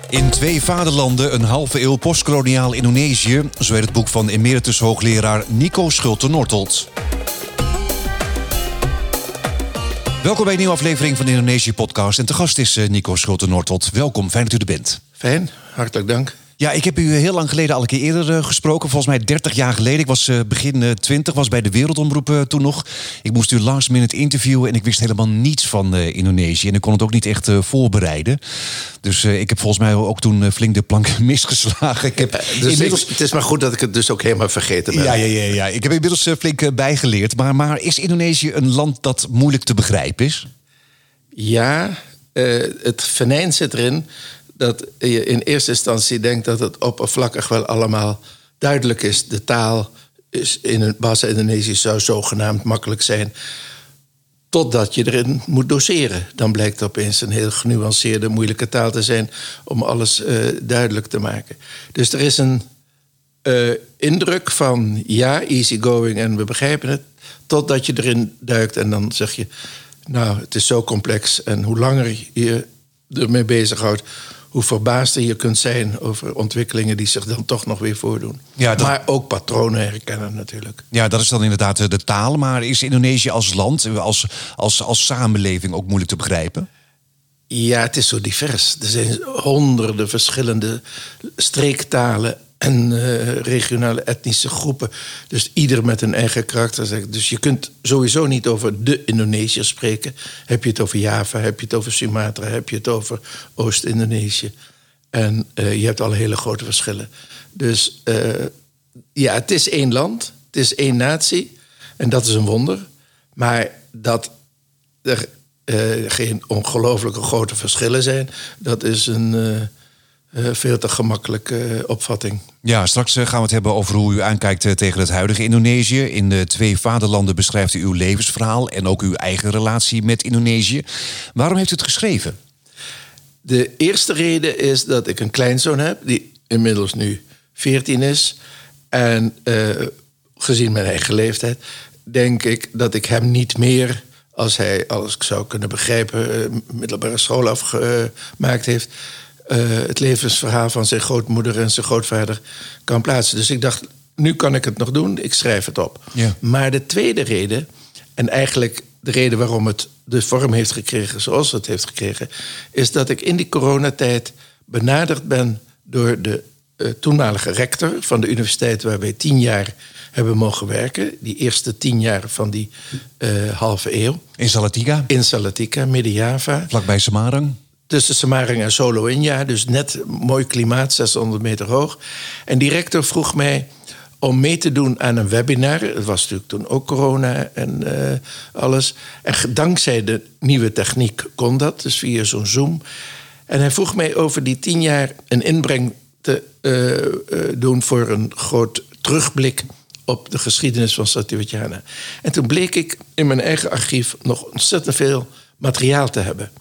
In 2 vaderlanden, een halve eeuw postkoloniaal Indonesië. Zo heet het boek van emeritus hoogleraar Nico Schulte-Nortold. Welkom bij een nieuwe aflevering van de Indonesië-podcast. En te gast is Nico Schulte-Nortold. Welkom, fijn dat u er bent. Fijn, hartelijk dank. Ja, ik heb u heel lang geleden al een keer eerder gesproken. Volgens mij 30 jaar geleden. Ik was begin 20, was bij de Wereldomroep toen nog. Ik moest u last minute interviewen en ik wist helemaal niets van Indonesië. En ik kon het ook niet echt voorbereiden. Dus ik heb volgens mij ook toen flink de plank misgeslagen. Ik heb Het is maar goed dat ik het dus ook helemaal vergeten ben. Ja. Ik heb inmiddels flink bijgeleerd. Maar is Indonesië een land dat moeilijk te begrijpen is? Ja, het venijn zit erin dat je in eerste instantie denkt dat het oppervlakkig wel allemaal duidelijk is. De taal is in het Bahasa-Indonesisch zou zogenaamd makkelijk zijn, totdat je erin moet doseren. Dan blijkt het opeens een heel genuanceerde, moeilijke taal te zijn om alles duidelijk te maken. Dus er is een indruk van ja, easygoing en we begrijpen het, totdat je erin duikt en dan zeg je, nou, het is zo complex en hoe langer je ermee bezighoudt, hoe verbaasder je kunt zijn over ontwikkelingen die zich dan toch nog weer voordoen. Ja, maar ook patronen herkennen natuurlijk. Ja, dat is dan inderdaad de taal. Maar is Indonesië als land, als samenleving ook moeilijk te begrijpen? Ja, het is zo divers. Er zijn honderden verschillende streektalen en regionale etnische groepen. Dus ieder met een eigen karakter. Dus je kunt sowieso niet over de Indonesiërs spreken. Heb je het over Java, heb je het over Sumatra, heb je het over Oost-Indonesië. En je hebt al hele grote verschillen. Dus ja, het is één land, het is één natie. En dat is een wonder. Maar dat er geen ongelooflijke grote verschillen zijn, dat is een veel te gemakkelijke opvatting. Ja, straks gaan we het hebben over hoe u aankijkt tegen het huidige Indonesië. In de 2 vaderlanden beschrijft u uw levensverhaal en ook uw eigen relatie met Indonesië. Waarom heeft u het geschreven? De eerste reden is dat ik een kleinzoon heb, die inmiddels nu 14 is. En gezien mijn eigen leeftijd, denk ik dat ik hem niet meer, als hij, als ik zou kunnen begrijpen, middelbare school afgemaakt heeft, het levensverhaal van zijn grootmoeder en zijn grootvader kan plaatsen. Dus ik dacht, nu kan ik het nog doen, ik schrijf het op. Ja. Maar de tweede reden, en eigenlijk de reden waarom het de vorm heeft gekregen zoals het heeft gekregen, is dat ik in die coronatijd benaderd ben door de toenmalige rector van de universiteit waar wij 10 jaar hebben mogen werken. Die eerste 10 jaar van die halve eeuw. In Salatiga? In Salatiga, Midden-Java. Vlakbij Semarang? Tussen Semarang en Solo Inja, dus net mooi klimaat, 600 meter hoog. En die rector vroeg mij om mee te doen aan een webinar. Het was natuurlijk toen ook corona en alles. En dankzij de nieuwe techniek kon dat, dus via zo'n Zoom. En hij vroeg mij over die 10 jaar een inbreng te doen voor een groot terugblik op de geschiedenis van Satiwacana. En toen bleek ik in mijn eigen archief nog ontzettend veel materiaal te hebben.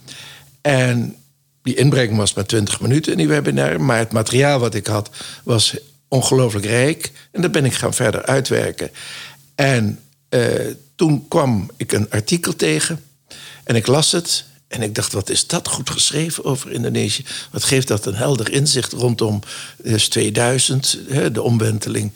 En die inbreng was maar 20 minuten in die webinar, maar het materiaal wat ik had was ongelooflijk rijk. En dat ben ik gaan verder uitwerken. En toen kwam ik een artikel tegen en ik las het. En ik dacht, wat is dat goed geschreven over Indonesië? Wat geeft dat een helder inzicht rondom 2000, de omwenteling.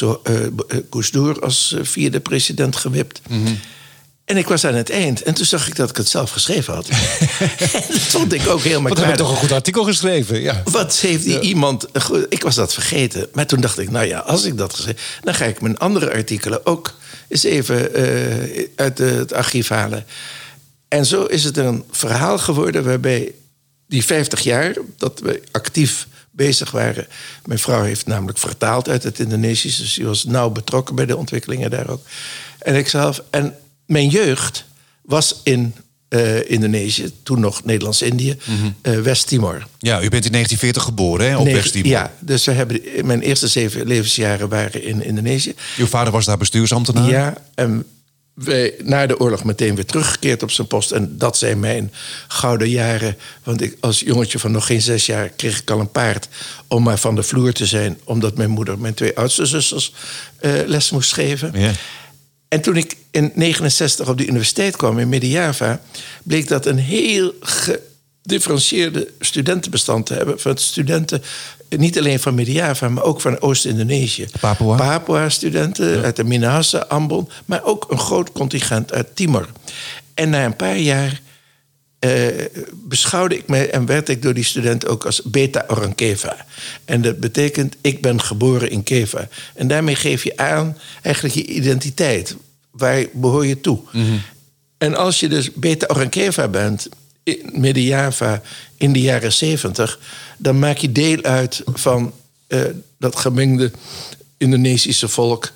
Gus Dur als 4e president gewipt. Mm-hmm. En ik was aan het eind. En toen zag ik dat ik het zelf geschreven had. En dat vond ik ook heel merkwaardig. Wat heb je toch een goed artikel geschreven? Ja. Wat heeft die iemand... Ik was dat vergeten. Maar toen dacht ik, nou ja, als ik dat geschreven... dan ga ik mijn andere artikelen ook eens even uit het archief halen. En zo is het een verhaal geworden waarbij die 50 jaar dat we actief bezig waren. Mijn vrouw heeft namelijk vertaald uit het Indonesisch, dus die was nauw betrokken bij de ontwikkelingen daar ook. En ikzelf. En mijn jeugd was in Indonesië, toen nog Nederlands-Indië, West-Timor. Ja, u bent in 1940 geboren, hè, op West-Timor. Ja, dus mijn eerste 7 levensjaren waren in Indonesië. Uw vader was daar bestuursambtenaar? Ja, en wij na de oorlog meteen weer teruggekeerd op zijn post. En dat zijn mijn gouden jaren. Want ik als jongetje van nog geen 6 jaar kreeg ik al een paard om maar van de vloer te zijn, omdat mijn moeder mijn 2 oudste zusters les moest geven. Ja. En toen ik in 1969 op de universiteit kwam in Midden-Java, bleek dat een heel differentieerde studentenbestand te hebben van studenten, niet alleen van Midden-Java, maar ook van Oost-Indonesië. Papua-studenten uit de Minahasa, Ambon, maar ook een groot contingent uit Timor. En na een paar jaar beschouwde ik mij en werd ik door die studenten ook als Beta Orang Keva. En dat betekent, ik ben geboren in Keva. En daarmee geef je aan eigenlijk je identiteit. Waar behoor je toe? Mm-hmm. En als je dus Beta Orang Keva bent, in Midden-Java in de jaren 70... dan maak je deel uit van dat gemengde Indonesische volk.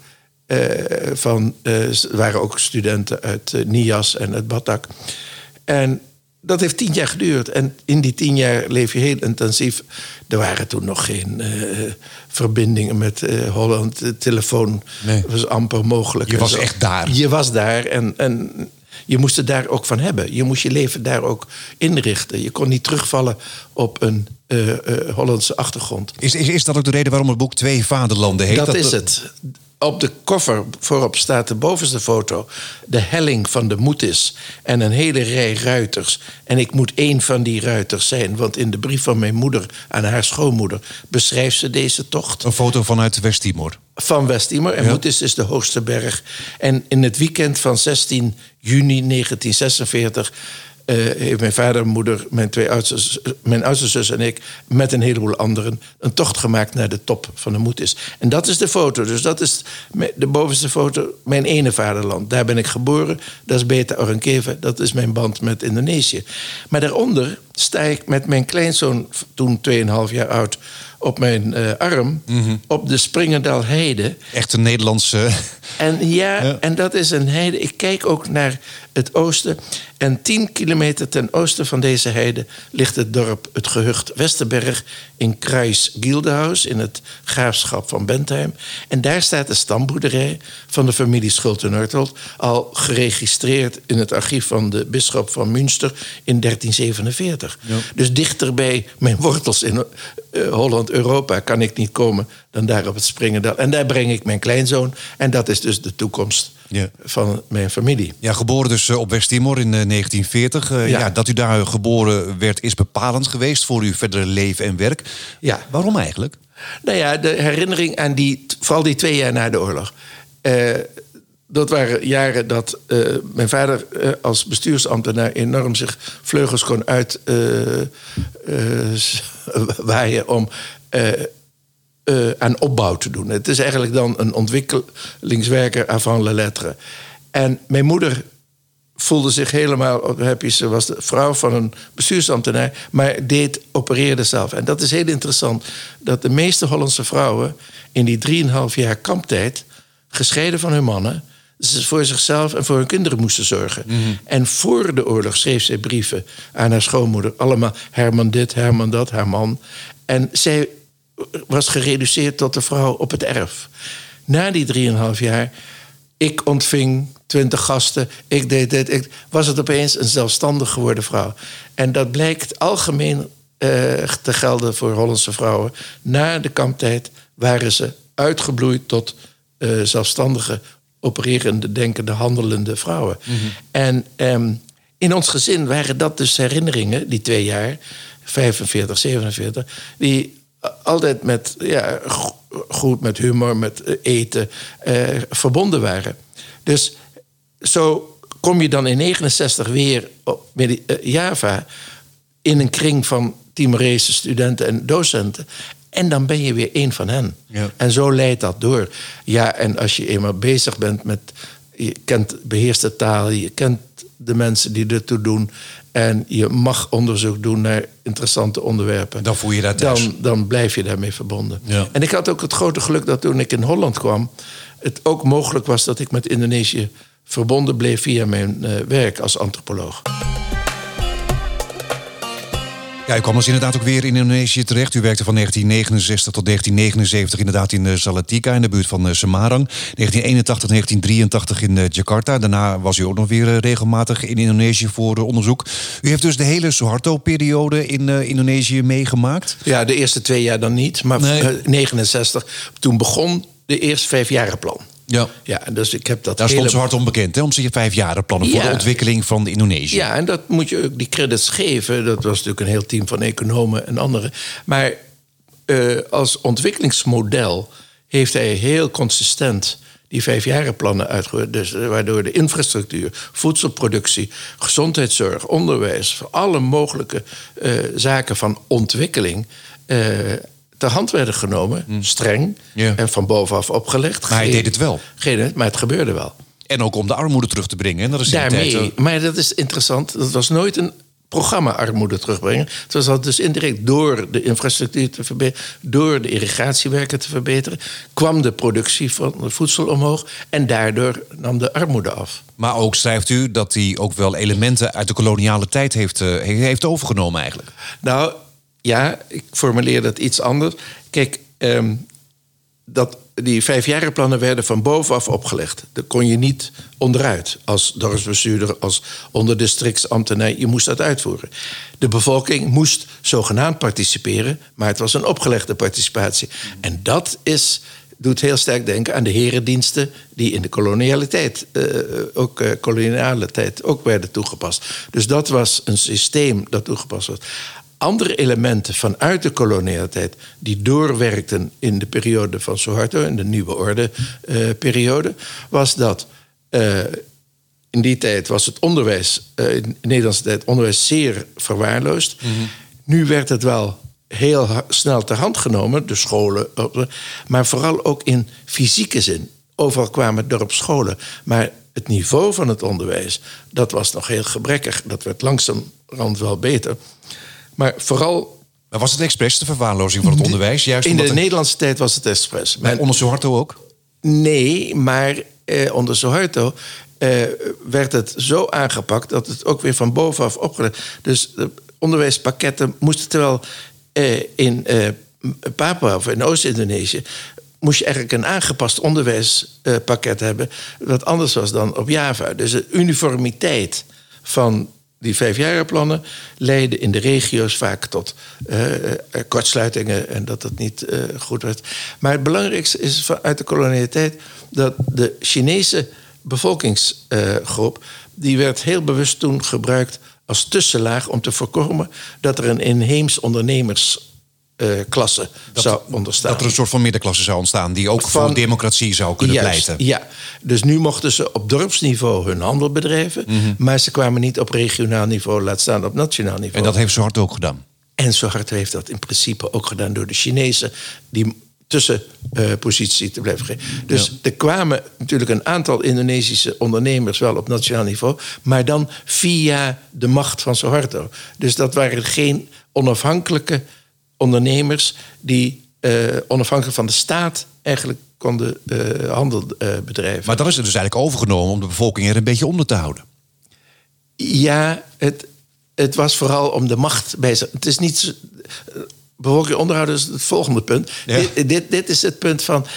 Er waren ook studenten uit Nias en uit Batak. En dat heeft 10 jaar geduurd. En in die 10 jaar leef je heel intensief. Er waren toen nog geen verbindingen met Holland. De telefoon was amper mogelijk. Je was echt daar. Je was daar en je moest het daar ook van hebben. Je moest je leven daar ook inrichten. Je kon niet terugvallen op een Hollandse achtergrond. Is dat ook de reden waarom het boek Twee Vaderlanden heet? Dat is het. Op de cover voorop staat de bovenste foto, de helling van de Moetis en een hele rij ruiters. En ik moet één van die ruiters zijn, want in de brief van mijn moeder aan haar schoonmoeder beschrijft ze deze tocht. Een foto vanuit West-Timor. Van West-Timor. En Moetis is de hoogste berg. En in het weekend van 16 juni 1946... heeft mijn vader en moeder, mijn oudste zus en ik, met een heleboel anderen, een tocht gemaakt naar de top van de Moetis. En dat is de foto. Dus dat is de bovenste foto, mijn ene vaderland. Daar ben ik geboren. Dat is Beta Orang Keva. Dat is mijn band met Indonesië. Maar daaronder sta ik met mijn kleinzoon, toen 2,5 jaar oud, op mijn arm, op de Springendal Heide. Echt een Nederlandse... En dat is een heide. Ik kijk ook naar het oosten. En 10 kilometer ten oosten van deze heide ligt het dorp, het gehucht Westerberg in Kreis Gildenhuis, in het graafschap van Bentheim. En daar staat de stamboerderij van de familie Schulte-Northolt, al geregistreerd in het archief van de bisschop van Münster in 1347. Ja. Dus dichter bij mijn wortels in Holland-Europa kan ik niet komen dan daar op het Springendal. En daar breng ik mijn kleinzoon. En dat is dus de toekomst van mijn familie. Ja, geboren dus op West-Timor in 1940. Dat u daar geboren werd is bepalend geweest voor uw verdere leven en werk. Ja. Waarom eigenlijk? Nou ja, de herinnering aan vooral die 2 jaar na de oorlog. Dat waren jaren dat mijn vader als bestuursambtenaar enorm zich vleugels kon uitwaaien om aan opbouw te doen. Het is eigenlijk dan een ontwikkelingswerker avant la lettre. En mijn moeder voelde zich helemaal happy. Ze was de vrouw van een bestuursambtenaar, maar opereerde zelf. En dat is heel interessant, dat de meeste Hollandse vrouwen in die 3,5 jaar kamptijd, gescheiden van hun mannen, ze voor zichzelf en voor hun kinderen moesten zorgen. Mm-hmm. En voor de oorlog schreef zij brieven aan haar schoonmoeder. Allemaal Herman dit, Herman dat, haar man. En zij was gereduceerd tot de vrouw op het erf. Na die 3,5 jaar, ik ontving 20 gasten, ik deed dit. Was het opeens een zelfstandig geworden vrouw. En dat blijkt algemeen te gelden voor Hollandse vrouwen. Na de kamptijd waren ze uitgebloeid tot zelfstandige, opererende, denkende, handelende vrouwen. Mm-hmm. En in ons gezin waren dat dus herinneringen, die 2 jaar, 45, 47... die altijd met goed met humor, met eten verbonden waren. Dus zo kom je dan in 69 weer op Java in een kring van Timorese studenten en docenten. En dan ben je weer één van hen. Ja. En zo leidt dat door. Ja, en als je eenmaal bezig bent met, je beheerst de taal, je kent de mensen die ertoe doen, en je mag onderzoek doen naar interessante onderwerpen, dan voel je dat thuis. Dan blijf je daarmee verbonden. Ja. En ik had ook het grote geluk dat toen ik in Holland kwam, het ook mogelijk was dat ik met Indonesië verbonden bleef via mijn werk als antropoloog. Ja, u kwam dus inderdaad ook weer in Indonesië terecht. U werkte van 1969 tot 1979 inderdaad in Salatiga, in de buurt van Semarang. 1981, 1983 in Jakarta. Daarna was u ook nog weer regelmatig in Indonesië voor onderzoek. U heeft dus de hele Suharto-periode in Indonesië meegemaakt? Ja, de eerste 2 jaar dan niet, maar 69. Toen begon de eerste 5-jarenplan. Ja. Dus ik heb dat Daar stond zo hard onbekend, hè, om zijn 5-jarenplannen voor de ontwikkeling van Indonesië. Ja, en dat moet je ook die credits geven. Dat was natuurlijk een heel team van economen en anderen. Maar als ontwikkelingsmodel heeft hij heel consistent die 5-jarenplannen uitgevoerd. Dus waardoor de infrastructuur, voedselproductie, gezondheidszorg, onderwijs, alle mogelijke zaken van ontwikkeling ter hand werden genomen, streng en van bovenaf opgelegd. Maar hij deed het wel. Maar het gebeurde wel. En ook om de armoede terug te brengen. Dat is daarmee, maar dat is interessant. Dat was nooit een programma armoede terugbrengen. Het was al dus indirect door de infrastructuur te verbeteren, door de irrigatiewerken te verbeteren, kwam de productie van voedsel omhoog en daardoor nam de armoede af. Maar ook schrijft u dat hij ook wel elementen uit de koloniale tijd heeft overgenomen eigenlijk. Nou ja, ik formuleer dat iets anders. Kijk, die 5-jarenplannen werden van bovenaf opgelegd. Daar kon je niet onderuit als dorpsbestuurder, als onderdistrictsambtenaar. Je moest dat uitvoeren. De bevolking moest zogenaamd participeren, maar het was een opgelegde participatie. En dat doet heel sterk denken aan de herendiensten die in de koloniale tijd ook werden toegepast. Dus dat was een systeem dat toegepast was. Andere elementen vanuit de koloniale tijd die doorwerkten in de periode van Suharto, in de nieuwe orde periode, was dat in die tijd was het onderwijs, in de Nederlandse tijd, onderwijs zeer verwaarloosd. Mm-hmm. Nu werd het wel heel snel ter hand genomen, de scholen, maar vooral ook in fysieke zin. Overal kwamen dorpsscholen, maar het niveau van het onderwijs, dat was nog heel gebrekkig. Dat werd langzamerhand wel beter. Maar vooral... Maar was het expres de verwaarlozing van het onderwijs? Juist in de Nederlandse tijd was het expres. Maar onder Suharto ook? Nee, maar onder Suharto werd het zo aangepakt dat het ook weer van bovenaf opgelegd. Dus de onderwijspakketten moesten terwijl in Papua of in Oost-Indonesië moest je eigenlijk een aangepast onderwijspakket hebben, wat anders was dan op Java. Dus de uniformiteit van die 5-jarenplannen leidden in de regio's vaak tot kortsluitingen en dat het niet goed werd. Maar het belangrijkste is uit de koloniale tijd dat de Chinese bevolkingsgroep, die werd heel bewust toen gebruikt als tussenlaag om te voorkomen dat er een inheems ondernemersklasse zou ontstaan. Dat er een soort van middenklasse zou ontstaan die ook voor democratie zou kunnen pleiten. Ja, dus nu mochten ze op dorpsniveau hun handel bedrijven, maar ze kwamen niet op regionaal niveau, laat staan op nationaal niveau. En dat heeft Suharto ook gedaan? En Suharto heeft dat in principe ook gedaan door de Chinezen, die tussenpositie te blijven geven. Dus er kwamen natuurlijk een aantal Indonesische ondernemers wel op nationaal niveau, maar dan via de macht van Suharto. Dus dat waren geen onafhankelijke ondernemers die onafhankelijk van de staat eigenlijk konden handel bedrijven. Maar dan is het dus eigenlijk overgenomen om de bevolking er een beetje onder te houden. Ja, het was vooral om de macht bij zich. Het is niet bevolking onderhouden is het volgende punt. Ja. Dit is het punt van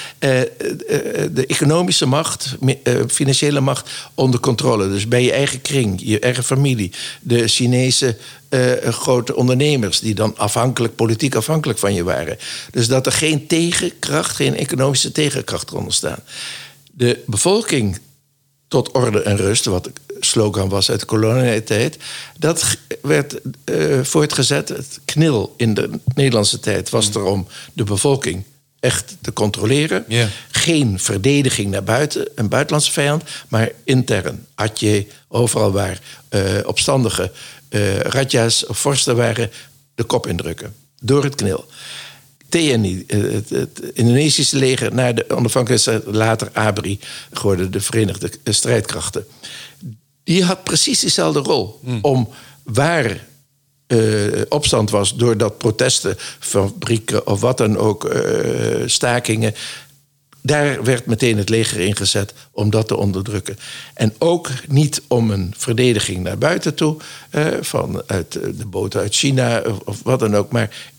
de economische macht, financiële macht onder controle. Dus bij je eigen kring, je eigen familie. De Chinese grote ondernemers die dan politiek afhankelijk van je waren. Dus dat er geen tegenkracht, geen economische tegenkracht kon ontstaan. De bevolking tot orde en rust, wat de slogan was uit de koloniale tijd, dat werd voortgezet. Het knil in de Nederlandse tijd was er om de bevolking echt te controleren. Yeah. Geen verdediging naar buiten, een buitenlandse vijand, maar intern. Aceh, overal waar opstandige raja's of vorsten waren, de kop indrukken. Door het knil. TNI, het Indonesische leger, na de onafhankelijkheid, later ABRI, geworden de Verenigde Strijdkrachten. Die had precies dezelfde rol. Om waar opstand was, doordat protesten, fabrieken of wat dan ook, stakingen, daar werd meteen het leger ingezet om dat te onderdrukken. En ook niet om een verdediging naar buiten toe, vanuit de boten uit China of wat dan ook, maar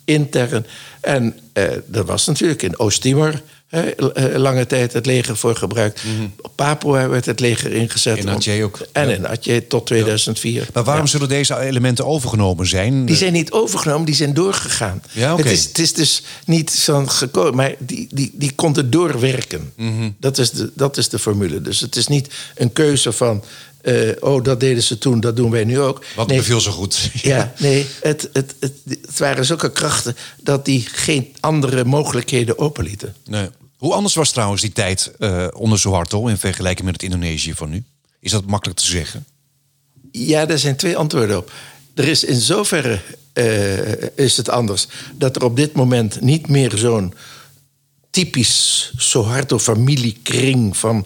intern. En dat was natuurlijk in Oost-Timor lange tijd het leger voor gebruikt. Op Papua werd het leger ingezet. In Aceh ook. En in Aceh tot 2004. Maar waarom zullen deze elementen overgenomen zijn? Die zijn niet overgenomen, die zijn doorgegaan. Ja, okay. Het is dus niet zo gekomen, maar die konden doorwerken. Dat is de formule. Dus het is niet een keuze van... dat deden ze toen, dat doen wij nu ook. Wat beviel zo goed. Ja, nee, het waren zulke krachten... dat die geen andere mogelijkheden openlieten. Nee. Hoe anders was trouwens die tijd onder Suharto... in vergelijking met het Indonesië van nu? Is dat makkelijk te zeggen? Ja, daar zijn 2 antwoorden op. Er is in zoverre is het anders... dat er op dit moment niet meer zo'n... typisch Suharto-familiekring van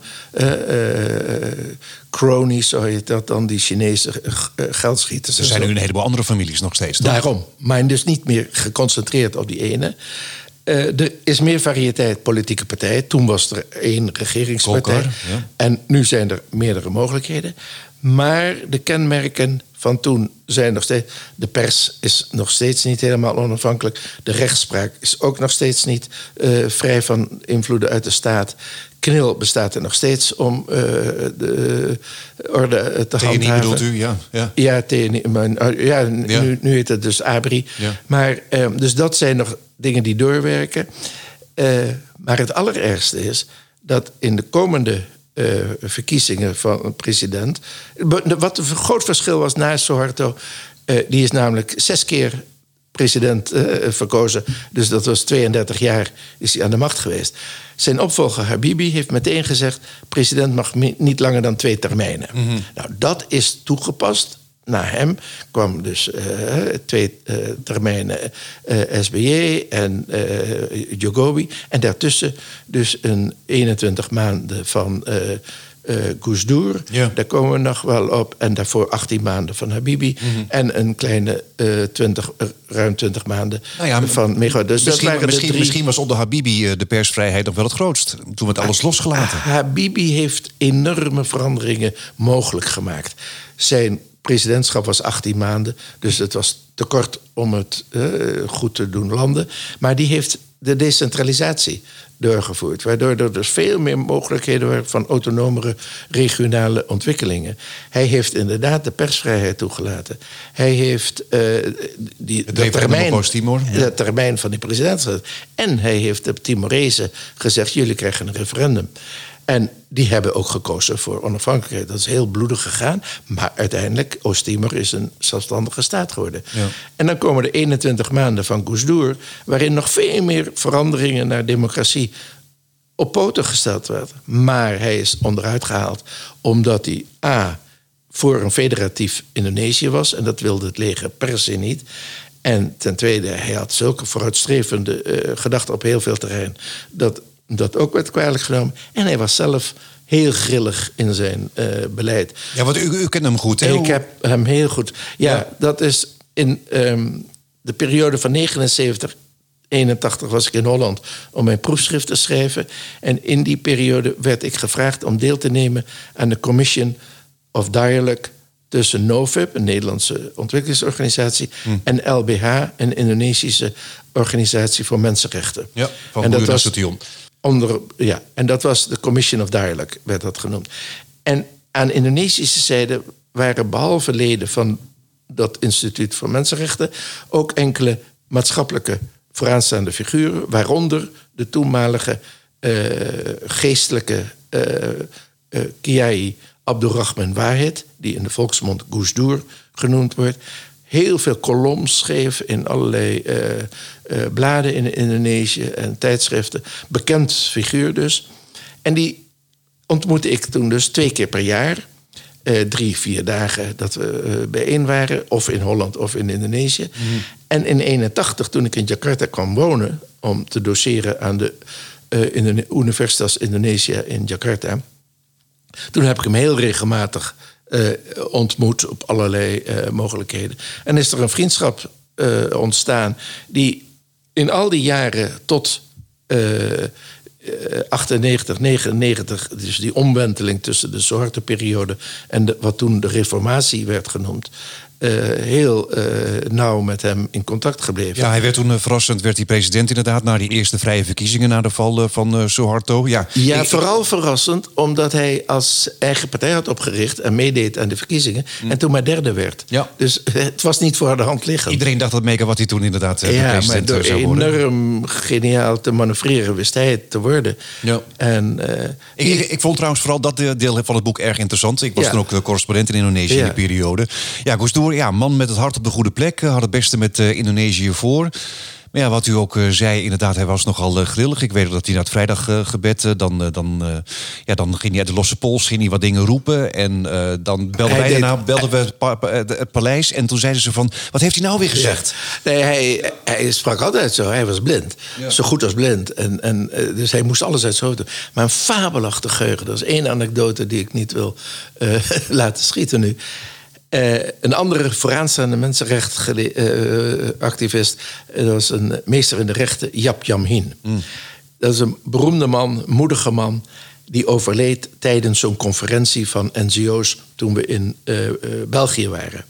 cronies, zo heet dat dan, die Chinese geldschieters. Er zijn nu een heleboel andere families nog steeds. Toch? Daarom, maar dus niet meer geconcentreerd op die ene. Er is meer variëteit politieke partijen. Toen was er 1 regeringspartij. Golkar, ja. En nu zijn er meerdere mogelijkheden. Maar de kenmerken van toen zijn nog steeds... De pers is nog steeds niet helemaal onafhankelijk. De rechtspraak is ook nog steeds niet vrij van invloeden uit de staat. KNIL bestaat er nog steeds om de orde te handhaven. TNI bedoelt u, ja. Ja, TNI, nu heet het dus ABRI. Ja. Maar, dus dat zijn nog dingen die doorwerken. Maar het allerergste is dat in de komende... verkiezingen van een president. Wat een groot verschil was na Suharto... die is namelijk 6 keer president verkozen. Dus dat was 32 jaar is hij aan de macht geweest. Zijn opvolger Habibie heeft meteen gezegd... president mag niet langer dan 2 termijnen. Nou, dat is toegepast... Na hem kwam dus 2 termijnen SBJ en Jogobi. En daartussen dus een 21 maanden van Gusdur. Ja. Daar komen we nog wel op. En daarvoor 18 maanden van Habibie. En een kleine ruim 20 maanden van Mego. Dus misschien was onder Habibie de persvrijheid nog wel het grootst. Toen werd alles losgelaten. Habibie heeft enorme veranderingen mogelijk gemaakt. Zijn presidentschap was 18 maanden, dus het was te kort om het goed te doen landen. Maar die heeft de decentralisatie doorgevoerd, waardoor er dus veel meer mogelijkheden waren van autonomere regionale ontwikkelingen. Hij heeft inderdaad de persvrijheid toegelaten. Hij heeft de termijn van die presidentschap. En hij heeft de Timorezen gezegd, jullie krijgen een referendum. En die hebben ook gekozen voor onafhankelijkheid. Dat is heel bloedig gegaan. Maar uiteindelijk, Oost-Timor is een zelfstandige staat geworden. Ja. En dan komen de 21 maanden van Gusdur... waarin nog veel meer veranderingen naar democratie op poten gesteld werden. Maar hij is onderuit gehaald omdat hij voor een federatief Indonesië was. En dat wilde het leger per se niet. En ten tweede, hij had zulke vooruitstrevende gedachten op heel veel terrein... dat ook werd kwalijk genomen. En hij was zelf heel grillig in zijn beleid. Ja, want u kent hem goed, hè? Ik heb hem heel goed. Ja. Dat is in de periode van 79, 81 was ik in Holland om mijn proefschrift te schrijven. En in die periode werd ik gevraagd om deel te nemen aan de Commission of Dialogue tussen NOVIP, een Nederlandse ontwikkelingsorganisatie, en LBH, een Indonesische organisatie voor mensenrechten. Ja, van Boeien Nasution. En dat was de Commission of Dialogue, werd dat genoemd. En aan Indonesische zijde waren behalve leden van dat instituut voor mensenrechten ook enkele maatschappelijke vooraanstaande figuren, waaronder de toenmalige geestelijke Kiai Abdurrahman Wahid, die in de volksmond Gusdur genoemd wordt, heel veel columns schreef in allerlei bladen in Indonesië en tijdschriften. Bekend figuur dus. En die ontmoette ik toen dus 2 keer per jaar. 3-4 dagen dat we bijeen waren. Of in Holland of in Indonesië. En in 1981, toen ik in Jakarta kwam wonen om te doseren aan de Universitas Indonesia in Jakarta, toen heb ik hem heel regelmatig ontmoet op allerlei mogelijkheden. En is er een vriendschap ontstaan die in al die jaren tot 98, 99... dus die omwenteling tussen de Suharto-periode en wat toen de reformatie werd genoemd, heel nauw met hem in contact gebleven. Ja, hij werd toen verrassend president inderdaad... na die eerste vrije verkiezingen na de val van Suharto. Ja, vooral verrassend omdat hij als eigen partij had opgericht... en meedeed aan de verkiezingen en toen maar derde werd. Ja. Dus het was niet voor de hand liggend. Iedereen dacht dat Megawati toen inderdaad president maar door zou worden. enorm geniaal te manoeuvreren wist hij het te worden. Ja. En, ik vond trouwens vooral dat deel van het boek erg interessant. Ik was toen ook correspondent in Indonesië in die periode. Ja, Gus Dur, man met het hart op de goede plek. Had het beste met Indonesië voor. Maar ja, wat u ook zei, inderdaad, hij was nogal grillig. Ik weet dat hij na het vrijdaggebed, dan ging hij uit de losse pols, ging hij wat dingen roepen. En dan belden we het paleis. En toen zeiden ze van, wat heeft hij nou weer gezegd? Ja. Nee, hij sprak altijd zo. Hij was blind. Ja. Zo goed als blind. Dus hij moest alles uit zijn hoofd doen. Maar een fabelachtig geheugen. Dat is één anekdote die ik niet wil laten schieten nu. Een andere vooraanstaande mensenrechtenactivist... dat was een meester in de rechten, Yap Jam Hin. Dat is een beroemde man, moedige man... die overleed tijdens zo'n conferentie van NGO's... toen we in België waren.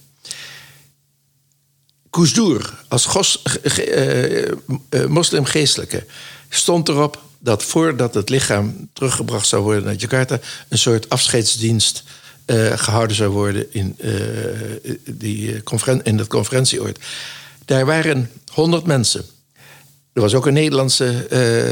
Gus Dur, als moslimgeestelijke... stond erop dat voordat het lichaam teruggebracht zou worden naar Jakarta... een soort afscheidsdienst... gehouden zou worden in dat conferentieoord. Daar waren 100 mensen. Er was ook een Nederlandse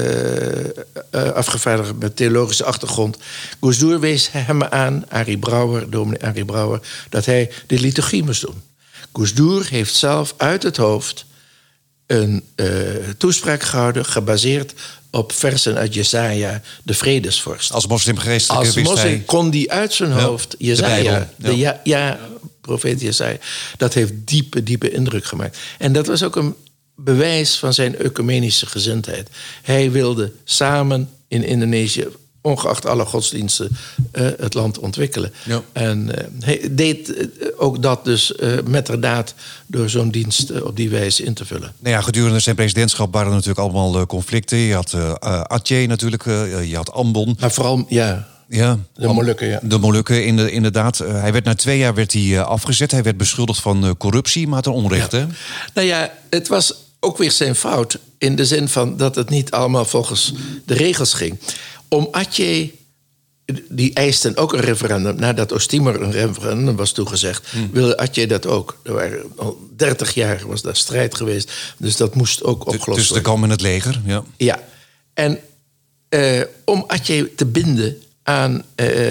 afgevaardigde met theologische achtergrond. Gus Dur wees hem aan, dominee Arie Brouwer... dat hij de liturgie moest doen. Gus Dur heeft zelf uit het hoofd een toespraak gehouden... gebaseerd op versen uit Jesaja, de vredesvorst. Als moslimgeestelijke Als moslim kon die uit zijn hoofd Jesaja, profeet Jesaja. Dat heeft diepe indruk gemaakt. En dat was ook een bewijs van zijn ecumenische gezindheid. Hij wilde samen in Indonesië, ongeacht alle godsdiensten, het land ontwikkelen. Ja. En hij deed ook dat dus metterdaad door zo'n dienst op die wijze in te vullen. Nou ja, gedurende zijn presidentschap waren er natuurlijk allemaal conflicten. Je had Aceh natuurlijk, je had Ambon. Maar vooral, de Molukken, ja. De Molukken, inderdaad. Hij werd na 2 jaar afgezet. Hij werd beschuldigd van corruptie, maar ten onrechte. Ja. Nou ja, het was ook weer zijn fout... in de zin van dat het niet allemaal volgens de regels ging. Om Aceh, die eisten ook een referendum... nadat Oost-Timor een referendum was toegezegd... wilde Aceh dat ook. Er waren al 30 jaar was daar strijd geweest. Dus dat moest ook opgelost worden. Dus er kwam in het leger, ja. Ja, en om Aceh te binden aan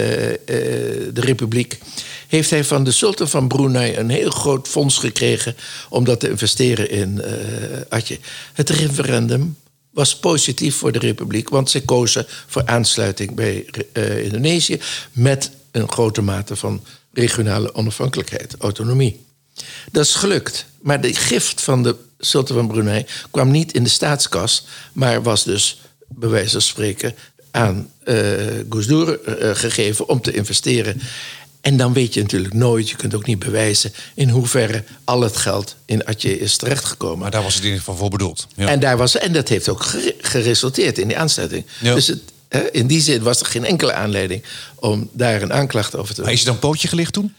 de republiek... heeft hij van de sultan van Brunei een heel groot fonds gekregen... om dat te investeren in Aceh. Het referendum was positief voor de republiek... want ze kozen voor aansluiting bij Indonesië... met een grote mate van regionale onafhankelijkheid, autonomie. Dat is gelukt, maar de gift van de sultan van Brunei... kwam niet in de staatskas, maar was dus, bij wijze van spreken... aan Gus Dur gegeven om te investeren... En dan weet je natuurlijk nooit, je kunt ook niet bewijzen... in hoeverre al het geld in Aceh is terechtgekomen. Maar daar was het in ieder geval voor bedoeld. Ja. En dat heeft ook geresulteerd in die aansluiting. Ja. Dus in die zin was er geen enkele aanleiding... om daar een aanklacht over te doen. Maar is er dan pootje gelicht toen?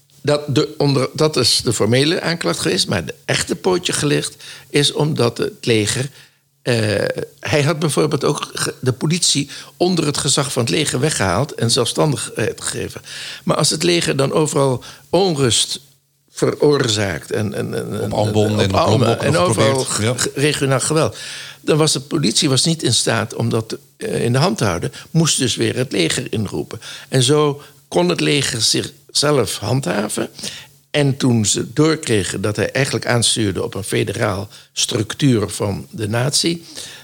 Dat is de formele aanklacht geweest. Maar de echte pootje gelicht is omdat het leger... hij had bijvoorbeeld ook de politie onder het gezag van het leger weggehaald... en zelfstandigheid gegeven. Maar als het leger dan overal onrust veroorzaakt... op Ambon en op Lombok en overal regionaal geweld... dan was de politie niet in staat om dat in de hand te houden... moest dus weer het leger inroepen. En zo kon het leger zichzelf handhaven... En toen ze doorkregen dat hij eigenlijk aanstuurde... op een federaal structuur van de natie...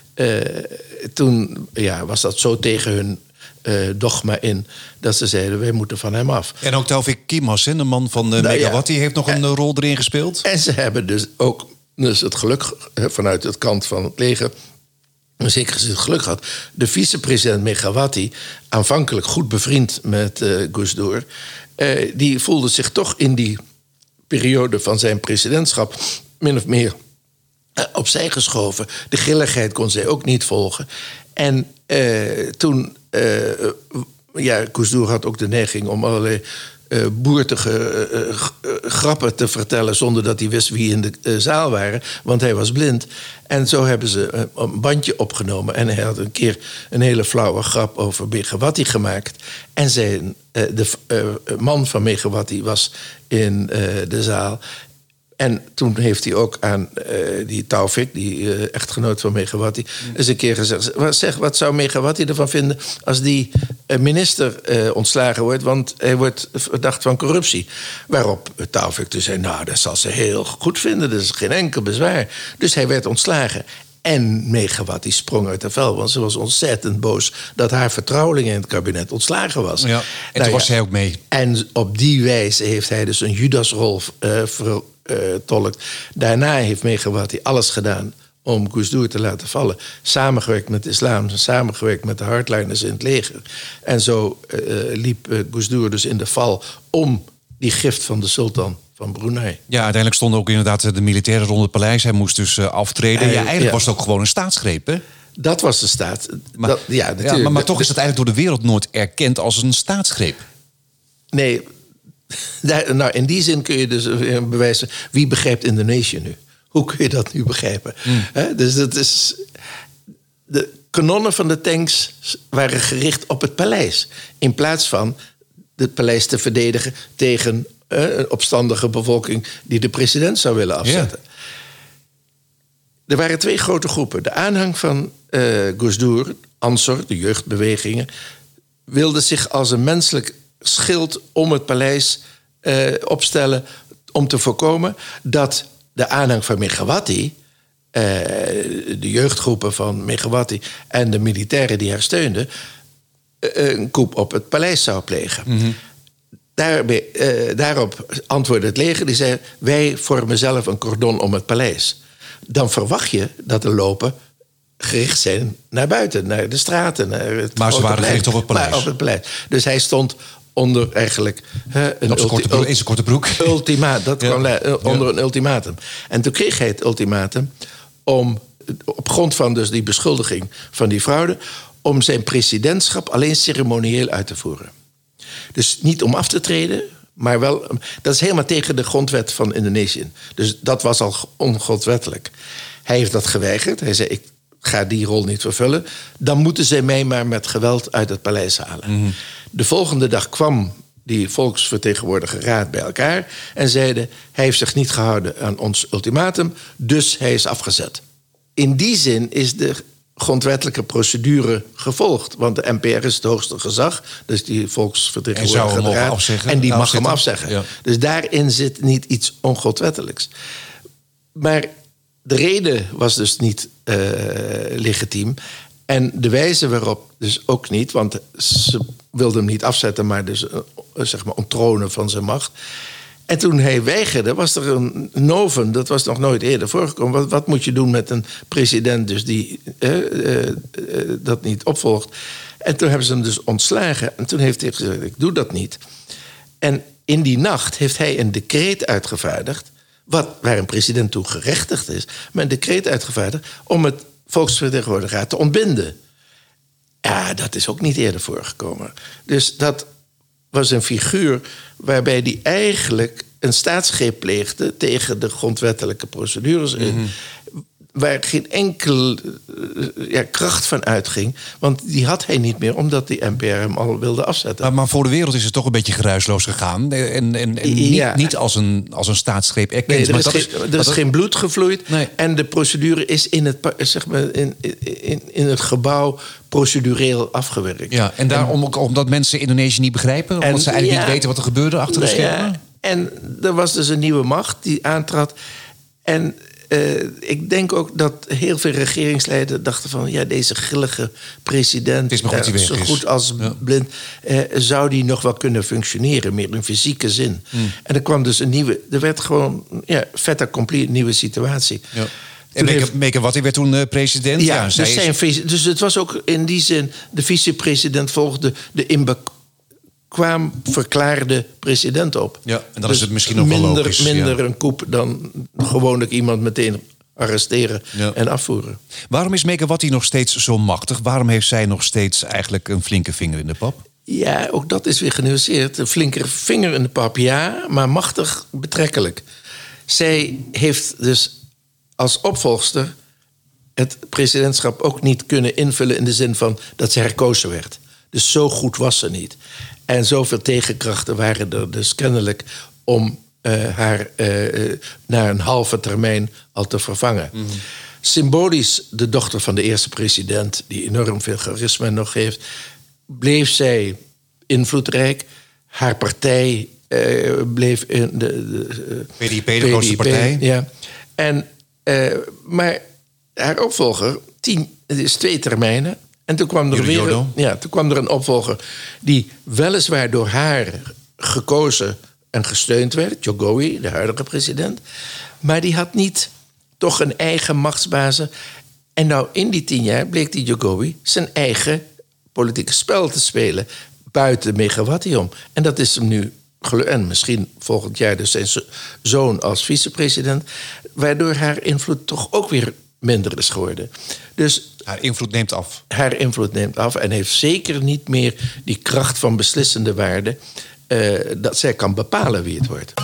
toen was dat zo tegen hun dogma in... dat ze zeiden, wij moeten van hem af. En ook Taufik Kimas, de man van Megawati... heeft nog een rol erin gespeeld. En ze hebben dus ook het geluk vanuit het kant van het leger... zeker het geluk gehad. De vicepresident Megawati, aanvankelijk goed bevriend met Gus Dur... die voelde zich toch in die periode van zijn presidentschap... min of meer opzij geschoven. De grilligheid kon zij ook niet volgen. En toen... Gus Dur had ook de neiging om allerlei boertige grappen te vertellen zonder dat hij wist wie in de zaal waren, want hij was blind. En zo hebben ze een bandje opgenomen. En hij had een keer een hele flauwe grap over Megawati gemaakt. En de man van Megawati was in de zaal. En toen heeft hij ook aan die Taufik, die echtgenoot van Megawati, eens een keer gezegd: wat zou Megawati ervan vinden als die minister ontslagen wordt, want hij wordt verdacht van corruptie. Waarop Taufik dus zei: nou, dat zal ze heel goed vinden, dat is geen enkel bezwaar. Dus hij werd ontslagen. En Megawati sprong uit de vel, want ze was ontzettend boos dat haar vertrouweling in het kabinet ontslagen was. Ja, en toen was hij ook mee. En op die wijze heeft hij dus een Judasrol vertolkt. Daarna heeft Megawati alles gedaan om Gusdur te laten vallen. Samengewerkt met de islam, samengewerkt met de hardliners in het leger. En zo liep Gusdur dus in de val om die gift van de sultan van Brunei. Ja, uiteindelijk stonden ook inderdaad de militairen rond het paleis. Hij moest dus aftreden. Eigenlijk was het ook gewoon een staatsgreep, hè? Dat was de staat. Maar, natuurlijk. Maar toch is dat eigenlijk door de wereld nooit erkend als een staatsgreep. Nee, nou, in die zin kun je dus bewijzen, wie begrijpt Indonesië nu? Hoe kun je dat nu begrijpen? Dus dat is, de kanonnen van de tanks waren gericht op het paleis, in plaats van het paleis te verdedigen tegen een opstandige bevolking die de president zou willen afzetten. Ja. Er waren twee grote groepen. De aanhang van Gusdur, Ansor, de jeugdbewegingen, wilde zich als een menselijk schild om het paleis opstellen om te voorkomen dat de aanhang van Megawati, de jeugdgroepen van Megawati en de militairen die haar steunden, een coup op het paleis zou plegen. Mm-hmm. Daarop antwoordde het leger, die zei: wij vormen zelf een cordon om het paleis. Dan verwacht je dat de lopen gericht zijn naar buiten, naar de straten. Maar ze waren gericht op het paleis. Op het paleis. Dus hij stond onder eigenlijk in zijn korte broek. Onder een ultimatum. En toen kreeg hij het ultimatum om, op grond van dus die beschuldiging van die fraude, om zijn presidentschap alleen ceremonieel uit te voeren. Dus niet om af te treden, maar wel. Dat is helemaal tegen de grondwet van Indonesië. Dus dat was al ongrondwettelijk. Hij heeft dat geweigerd. Hij zei: ik ga die rol niet vervullen. Dan moeten zij mij maar met geweld uit het paleis halen. Mm-hmm. De volgende dag kwam die volksvertegenwoordiger raad bij elkaar en zeiden: hij heeft zich niet gehouden aan ons ultimatum, dus hij is afgezet. In die zin is de grondwettelijke procedure gevolgd. Want de NPR is het hoogste gezag, dus die volksvertegenwoordiger raad, en die mag hem afzeggen. Ja. Dus daarin zit niet iets ongrondwettelijks. Maar de reden was dus niet legitiem. En de wijze waarop dus ook niet, want ze wilden hem niet afzetten, maar dus zeg maar onttronen van zijn macht. En toen hij weigerde, was er een novum, dat was nog nooit eerder voorgekomen. Wat moet je doen met een president dus die dat niet opvolgt? En toen hebben ze hem dus ontslagen. En toen heeft hij gezegd: ik doe dat niet. En in die nacht heeft hij een decreet uitgevaardigd, waar een president toe gerechtigd is, maar een decreet uitgevaardigd om het volksvertegenwoordiger te ontbinden. Ja, dat is ook niet eerder voorgekomen. Dus dat was een figuur waarbij die eigenlijk een staatsgreep pleegde tegen de grondwettelijke procedures in. Mm-hmm. Waar geen enkel kracht van uitging. Want die had hij niet meer, omdat die NPR hem al wilde afzetten. Maar voor de wereld is het toch een beetje geruisloos gegaan. En niet als een staatsgreep erkend. Nee, er is geen bloed gevloeid. Nee. En de procedure is in het gebouw procedureel afgewerkt. Ja, en daarom ook omdat mensen Indonesië niet begrijpen? Omdat ze eigenlijk niet weten wat er gebeurde achter de schermen? Ja, en er was dus een nieuwe macht die aantrad. En ik denk ook dat heel veel regeringsleiders dachten van: ja, deze grillige president, is maar goed zo goed als blind, zou die nog wel kunnen functioneren, meer in fysieke zin. Mm. En er kwam dus er werd gewoon fait accompli, een nieuwe situatie. Ja. En Megawati werd toen president? Ja, dus het was ook in die zin, de vicepresident volgde de kwam verklaarde president op. Ja, en dan is het misschien ook wel logisch. Minder een coup dan gewoonlijk iemand meteen arresteren en afvoeren. Waarom is Megawati nog steeds zo machtig? Waarom heeft zij nog steeds eigenlijk een flinke vinger in de pap? Ja, ook dat is weer genuanceerd. Een flinke vinger in de pap, ja, maar machtig betrekkelijk. Zij heeft dus als opvolgster het presidentschap ook niet kunnen invullen in de zin van dat ze herkozen werd. Dus zo goed was ze niet. En zoveel tegenkrachten waren er dus kennelijk om haar na een halve termijn al te vervangen. Mm-hmm. Symbolisch de dochter van de eerste president, die enorm veel charisma nog heeft, bleef zij invloedrijk. Haar partij bleef in de PDIP, de grootste partij. Ja. Maar haar opvolger, het is 2 termijnen. En toen kwam er een opvolger die weliswaar door haar gekozen en gesteund werd. Jokowi, de huidige president. Maar die had niet toch een eigen machtsbasis. En nou, in die 10 jaar bleek die Jokowi zijn eigen politieke spel te spelen. Buiten Megawati om. En dat is hem nu gelukt. En misschien volgend jaar dus zijn zoon als vicepresident. Waardoor haar invloed toch ook weer minder is geworden. Dus haar invloed neemt af. Haar invloed neemt af en heeft zeker niet meer die kracht van beslissende waarde dat zij kan bepalen wie het wordt.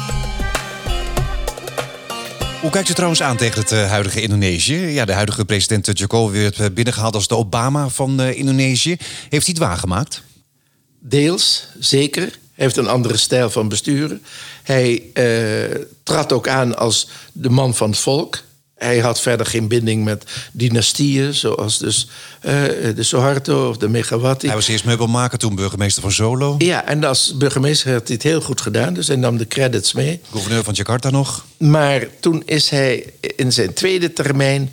Hoe kijkt u trouwens aan tegen het huidige Indonesië? Ja, de huidige president Jokowi werd binnengehaald als de Obama van Indonesië. Heeft hij het waargemaakt? Deels, zeker. Hij heeft een andere stijl van besturen. Hij trad ook aan als de man van het volk. Hij had verder geen binding met dynastieën, zoals dus de Suharto of de Megawati. Hij was eerst meubelmaker, toen burgemeester van Solo. Ja, en als burgemeester had hij het heel goed gedaan, dus hij nam de credits mee. Gouverneur van Jakarta nog. Maar toen is hij in zijn tweede termijn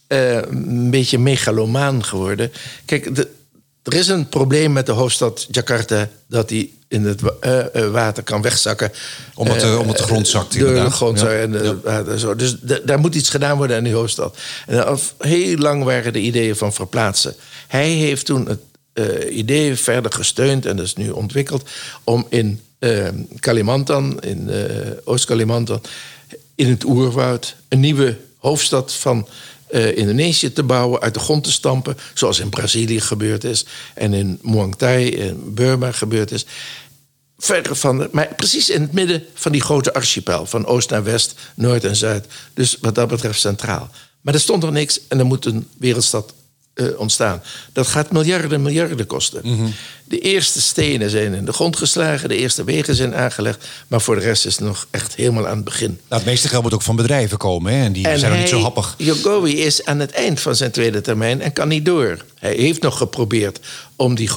een beetje megalomaan geworden. Kijk, er is een probleem met de hoofdstad Jakarta, dat die in het water kan wegzakken. Omdat de grond zakt, door inderdaad. De grond zo. Dus daar moet iets gedaan worden aan die hoofdstad. En heel lang waren de ideeën van verplaatsen. Hij heeft toen het idee verder gesteund, en dat is nu ontwikkeld, om in Kalimantan, in Oost-Kalimantan, in het oerwoud, een nieuwe hoofdstad van Indonesië te bouwen, uit de grond te stampen, zoals in Brazilië gebeurd is en in Muang Thai in Burma gebeurd is. Verder van, maar precies in het midden van die grote archipel, van oost naar west, noord en zuid. Dus wat dat betreft centraal. Maar er stond er niks en er moet een wereldstad ontstaan. Dat gaat miljarden kosten. Mm-hmm. De eerste stenen zijn in de grond geslagen, de eerste wegen zijn aangelegd, maar voor de rest is het nog echt helemaal aan het begin. Nou, het meeste geld moet ook van bedrijven komen, hè? En die zijn nog niet zo happig. Jokowi is aan het eind van zijn tweede termijn en kan niet door. Hij heeft nog geprobeerd om die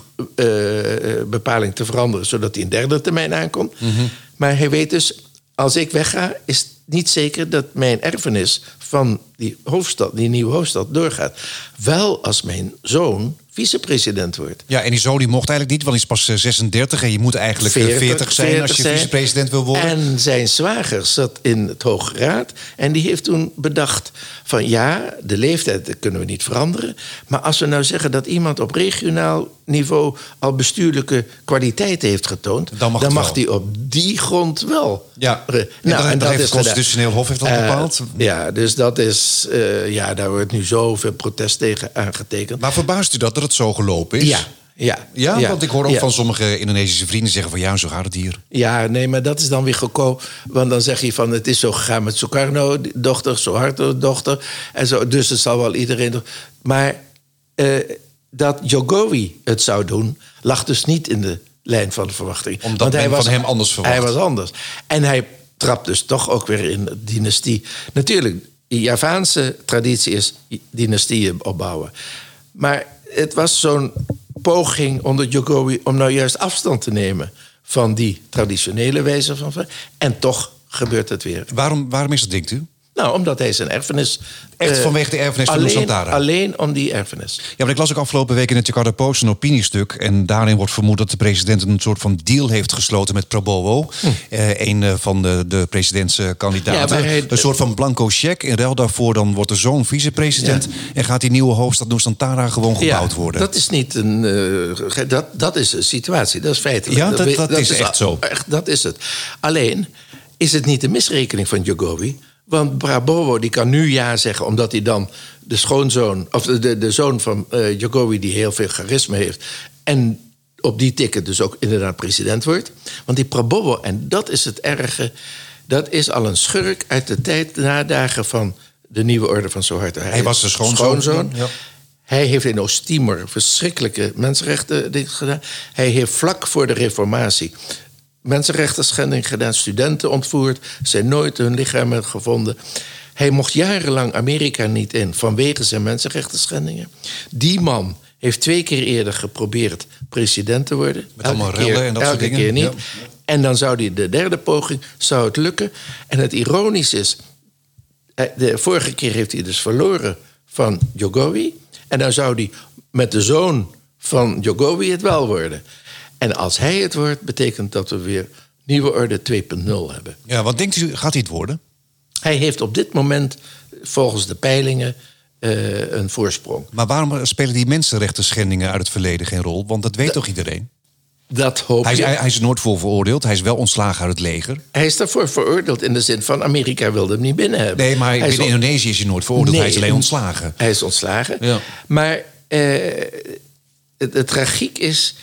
bepaling te veranderen, zodat hij een derde termijn aankomt. Mm-hmm. Maar hij weet dus, als ik wegga, is het niet zeker dat mijn erfenis van die hoofdstad, die nieuwe hoofdstad, doorgaat. Wel als mijn zoon vicepresident wordt. Ja, en die zoon die mocht eigenlijk niet, want hij is pas 36... en je moet eigenlijk 40 zijn als je vicepresident wil worden. En zijn zwager zat in het Hoge Raad en die heeft toen bedacht van ja, de leeftijd kunnen we niet veranderen, maar als we nou zeggen dat iemand op regionaal niveau al bestuurlijke kwaliteiten heeft getoond, dan mag hij op die grond wel. Ja, en dat heeft het Constitutioneel Hof heeft dat bepaald. Ja, dus dat is, daar wordt nu zoveel protest tegen aangetekend. Maar verbaast u dat het zo gelopen is? Ja, want ik hoor ook van sommige Indonesische vrienden zeggen van ja, zo gaat het hier. Ja, nee, maar dat is dan weer goedkoop. Want dan zeg je van het is zo gegaan met Sukarno, dochter, Suharto, dochter. En zo, dus het zal wel iedereen. Maar dat Jokowi het zou doen, lag dus niet in de lijn van de verwachting. Omdat hij van hem anders verwacht. Hij was anders. En hij trapt dus toch ook weer in de dynastie. Natuurlijk, de Javaanse traditie is dynastieën opbouwen. Maar het was zo'n poging onder Jokowi om nou juist afstand te nemen van die traditionele wijze van. En toch gebeurt het weer. Waarom is dat, denkt u? Nou, omdat hij zijn erfenis... Echt vanwege de erfenis van Nusantara? Alleen om die erfenis. Ja, maar ik las ook afgelopen week in het Jakarta Post een opiniestuk. En daarin wordt vermoed dat de president een soort van deal heeft gesloten met Prabowo. Een van de presidentskandidaten. Ja, een soort van blanco cheque. In ruil daarvoor dan wordt de zoon vicepresident. Ja. En gaat die nieuwe hoofdstad Nusantara gewoon gebouwd worden. Dat is niet een... dat is een situatie, dat is feitelijk. Ja, dat is echt zo. Dat is het. Alleen is het niet de misrekening van Jokowi. Want Prabowo die kan nu ja zeggen, omdat hij dan de schoonzoon, of de zoon van Jokowi, die heel veel charisma heeft, en op die ticket dus ook inderdaad president wordt. Want die Prabowo, en dat is het erge, dat is al een schurk uit de tijd nadagen van de nieuwe orde van Suharto. Hij was de schoonzoon. Ja. Hij heeft in Oost-Timor verschrikkelijke mensenrechten dingen gedaan. Hij heeft vlak voor de reformatie mensenrechten schending gedaan, studenten ontvoerd, zijn nooit hun lichamen gevonden. Hij mocht jarenlang Amerika niet in vanwege zijn mensenrechten schendingen. Die man heeft 2 keer eerder geprobeerd president te worden. Met allemaal rellen en dat soort dingen. Elke keer niet. Ja. En dan zou hij de derde poging zou het lukken. En het ironisch is, de vorige keer heeft hij dus verloren van Jokowi. En dan zou hij met de zoon van Jokowi het wel worden. En als hij het wordt, betekent dat we weer nieuwe orde 2.0 hebben. Ja, wat denkt u, gaat hij het worden? Hij heeft op dit moment, volgens de peilingen, een voorsprong. Maar waarom spelen die mensenrechten schendingen uit het verleden geen rol? Want dat weet toch iedereen? Dat hoop je. Hij is er nooit voor veroordeeld. Hij is wel ontslagen uit het leger. Hij is daarvoor veroordeeld in de zin van Amerika wilde hem niet binnen hebben. Nee, maar binnen Indonesië is hij nooit veroordeeld. Nee, hij is alleen ontslagen. Hij is ontslagen. Ja. Maar de tragiek is,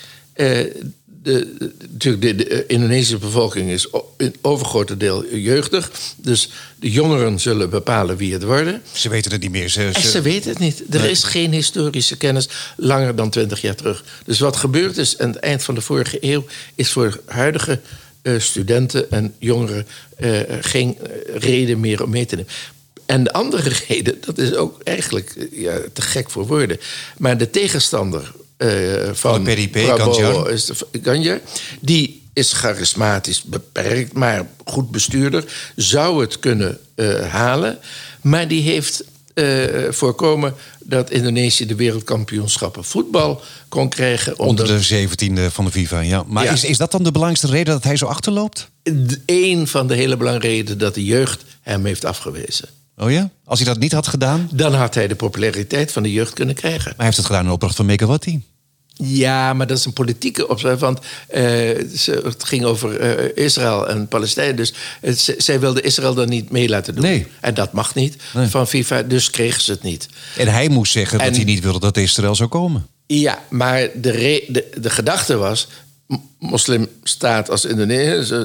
de Indonesische bevolking is in overgrote deel jeugdig. Dus de jongeren zullen bepalen wie het worden. Ze weten het niet meer. Ze weten het niet. Er is geen historische kennis langer dan 20 jaar terug. Dus wat gebeurd is aan het eind van de vorige eeuw is voor huidige studenten en jongeren geen reden meer om mee te nemen. En de andere reden, dat is ook eigenlijk te gek voor woorden. Maar de tegenstander van PDP, Ganjar, die is charismatisch beperkt, maar goed bestuurder, zou het kunnen halen. Maar die heeft voorkomen dat Indonesië de wereldkampioenschappen voetbal kon krijgen. Onder de 17e van de FIFA, ja. Maar ja. Is dat dan de belangrijkste reden dat hij zo achterloopt? Eén van de hele belangrijke redenen dat de jeugd hem heeft afgewezen. Oh ja? Als hij dat niet had gedaan? Dan had hij de populariteit van de jeugd kunnen krijgen. Maar hij heeft het gedaan in opdracht van Megawati. Ja, maar dat is een politieke opzet. Want het ging over Israël en Palestijn. Dus zij wilden Israël dan niet mee laten doen. Nee. En dat mag niet van FIFA, dus kregen ze het niet. En hij moest zeggen dat hij niet wilde dat Israël zou komen. Ja, maar de gedachte was, moslimstaat als Indonesië,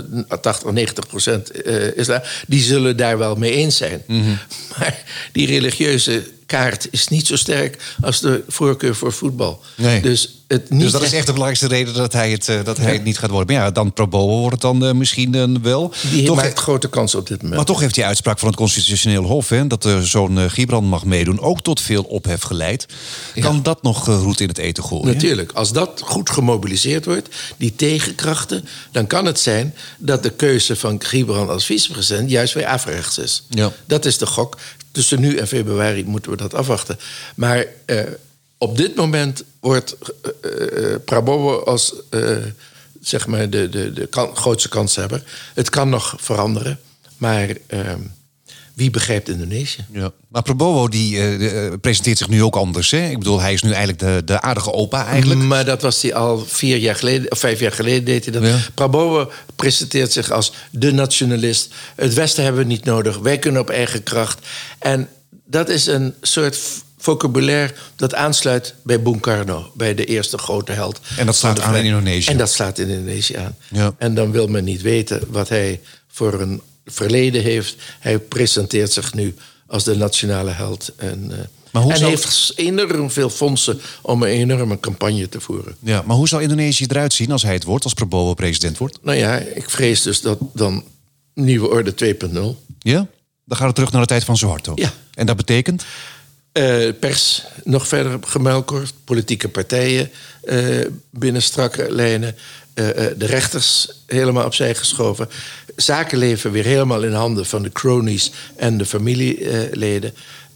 80-90% islam, die zullen daar wel mee eens zijn. Mm-hmm. Maar die religieuze kaart is niet zo sterk als de voorkeur voor voetbal. Nee. Dus dat is echt de belangrijkste reden dat hij het niet gaat worden. Maar ja, dan Prabowo wordt het dan misschien wel. Die maakt grote kans op dit moment. Maar toch heeft die uitspraak van het Constitutioneel Hof, dat zo'n Gibran mag meedoen, ook tot veel ophef geleid. Kan dat nog roet in het eten gooien? Natuurlijk. Als dat goed gemobiliseerd wordt, die tegenkrachten, dan kan het zijn dat de keuze van Gibran als vicepresident juist weer afrechts is. Ja. Dat is de gok. Tussen nu en februari moeten we dat afwachten. Maar op dit moment wordt Prabowo als zeg maar de grootste kanshebber. Het kan nog veranderen, maar wie begrijpt Indonesië? Ja. Maar Prabowo die presenteert zich nu ook anders. Hè? Ik bedoel, hij is nu eigenlijk de aardige opa eigenlijk. Maar dat was hij al 4 jaar geleden, of 5 jaar geleden deed hij dat. Ja. Prabowo presenteert zich als de nationalist. Het Westen hebben we niet nodig. Wij kunnen op eigen kracht. En dat is een soort vocabulaire dat aansluit bij Bung Karno, bij de eerste grote held. En dat slaat aan in Indonesië. En dat slaat in Indonesië aan. Ja. En dan wil men niet weten wat hij voor een verleden heeft. Hij presenteert zich nu als de nationale held. En heeft enorm veel fondsen om een enorme campagne te voeren. Ja, maar hoe zal Indonesië eruit zien als hij het wordt, als Prabowo president wordt? Nou ja, ik vrees dus dat dan nieuwe orde 2.0. Ja? Dan gaat het terug naar de tijd van Suharto. Ja. En dat betekent? Pers nog verder gemuilkorfd, politieke partijen binnen strakke lijnen, de rechters helemaal opzij geschoven, zakenleven weer helemaal in handen van de cronies en de familieleden.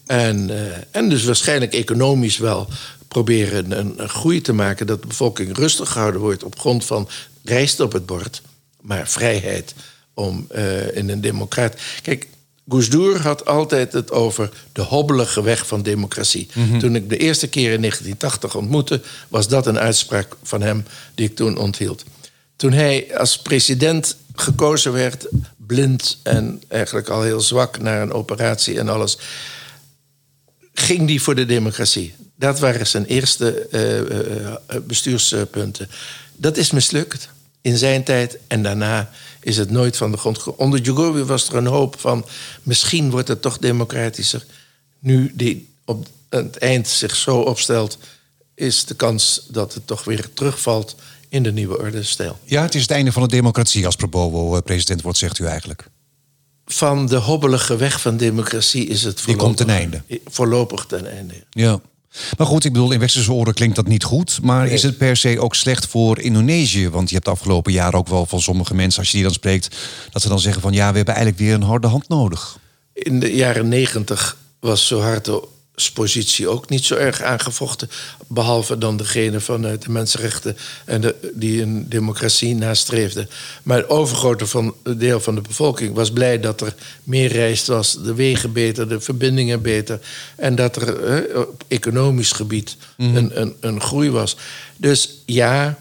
En dus waarschijnlijk economisch wel proberen een groei te maken, dat de bevolking rustig gehouden wordt op grond van rijst op het bord, maar vrijheid om in een democraat. Kijk, Gusdur had altijd het over de hobbelige weg van democratie. Mm-hmm. Toen ik de eerste keer in 1980 ontmoette, was dat een uitspraak van hem die ik toen onthield. Toen hij als president gekozen werd, blind en eigenlijk al heel zwak naar een operatie en alles, ging hij voor de democratie. Dat waren zijn eerste bestuurspunten. Dat is mislukt in zijn tijd en daarna is het nooit van de grond gekomen. Onder Djugorje was er een hoop van misschien wordt het toch democratischer. Nu die op het eind zich zo opstelt, is de kans dat het toch weer terugvalt in de nieuwe orde-stijl. Ja, het is het einde van de democratie als Prabowo president wordt, zegt u eigenlijk. Van de hobbelige weg van democratie is het Die komt ten einde. Voorlopig ten einde. Ja. Maar goed, ik bedoel, in westerse oren klinkt dat niet goed. Maar is het per se ook slecht voor Indonesië? Want je hebt de afgelopen jaren ook wel van sommige mensen, als je die dan spreekt, dat ze dan zeggen van ja, we hebben eigenlijk weer een harde hand nodig. In de jaren 90 was Suharto's positie ook niet zo erg aangevochten. Behalve dan degene vanuit de mensenrechten en die een democratie nastreefde. Maar het overgrote deel van de bevolking was blij dat er meer rijst was, de wegen beter, de verbindingen beter. En dat er op economisch gebied een groei was. Dus ja,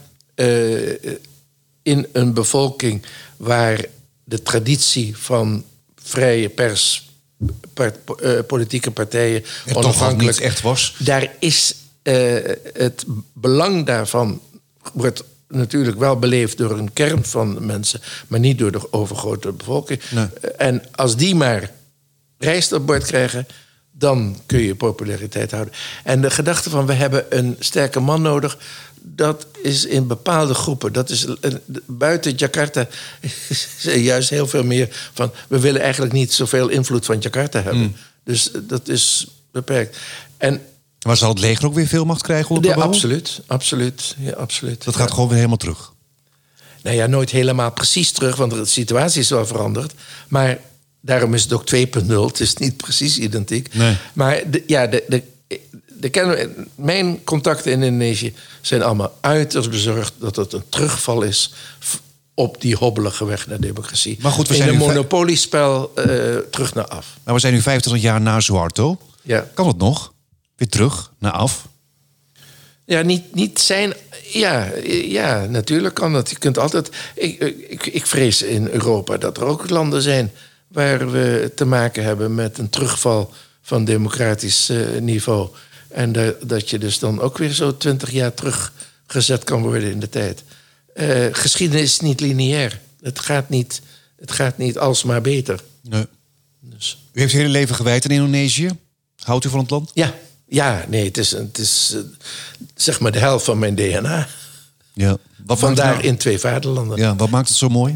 in een bevolking waar de traditie van vrije pers, politieke partijen onafhankelijk niet echt was. Daar is het belang daarvan wordt natuurlijk wel beleefd door een kern van mensen, maar niet door de overgrote bevolking. Nee. En als die maar rijst op bord krijgen, dan kun je populariteit houden. En de gedachte van we hebben een sterke man nodig, dat is in bepaalde groepen. Dat is buiten Jakarta juist heel veel meer van we willen eigenlijk niet zoveel invloed van Jakarta hebben. Dus dat is beperkt. En maar zal het leger ook weer veel macht krijgen onder Prabowo? Absoluut. Ja, absoluut. Dat gaat gewoon weer helemaal terug. Nou ja, nooit helemaal precies terug, want de situatie is wel veranderd. Maar daarom is het ook 2.0. Het is niet precies identiek. Nee. Maar mijn contacten in Indonesië zijn allemaal uiterst bezorgd dat het een terugval is op die hobbelige weg naar democratie. Maar goed, we in zijn een nu monopoliespel terug naar af. Maar we zijn nu 25 jaar na Suharto. Ja. Kan het nog? Weer terug naar af? Ja, niet zijn. Ja, natuurlijk kan dat. Je kunt altijd. Ik vrees in Europa dat er ook landen zijn waar we te maken hebben met een terugval van democratisch niveau. En dat je dus dan ook weer zo 20 jaar teruggezet kan worden in de tijd. Geschiedenis is niet lineair. Het gaat niet alsmaar beter. Nee. Dus. U heeft uw hele leven gewijd in Indonesië. Houdt u van het land? Ja, nee, het is zeg maar de helft van mijn DNA. Ja. Vandaar in 2 vaderlanden. Ja, wat maakt het zo mooi?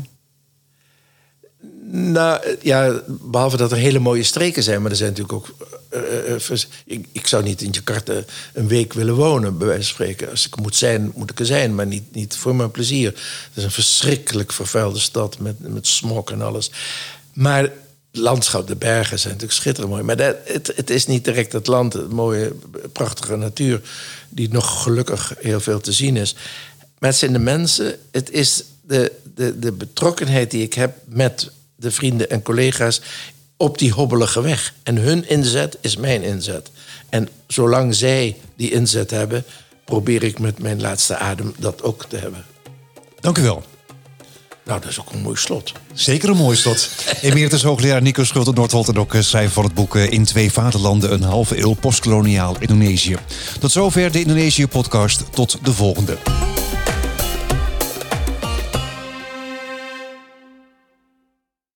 Nou, ja, behalve dat er hele mooie streken zijn, maar er zijn natuurlijk ook. Ik zou niet in Jakarta een week willen wonen, bij wijze van spreken. Als ik moet zijn, moet ik er zijn, maar niet voor mijn plezier. Het is een verschrikkelijk vervuilde stad met smog en alles. Maar het landschap, de bergen zijn natuurlijk schitterend mooi. Maar het is niet direct het land, het mooie, prachtige natuur, die nog gelukkig heel veel te zien is. Maar het zijn de mensen, het is de betrokkenheid die ik heb met de vrienden en collega's op die hobbelige weg. En hun inzet is mijn inzet. En zolang zij die inzet hebben, probeer ik met mijn laatste adem dat ook te hebben. Dank u wel. Nou, dat is ook een mooi slot. Zeker een mooi slot. Emeritus hoogleraar Nico Schulte-Noordholt en ook schrijver van het boek In 2 vaderlanden, een halve eeuw postkoloniaal Indonesië. Tot zover de Indonesië-podcast. Tot de volgende.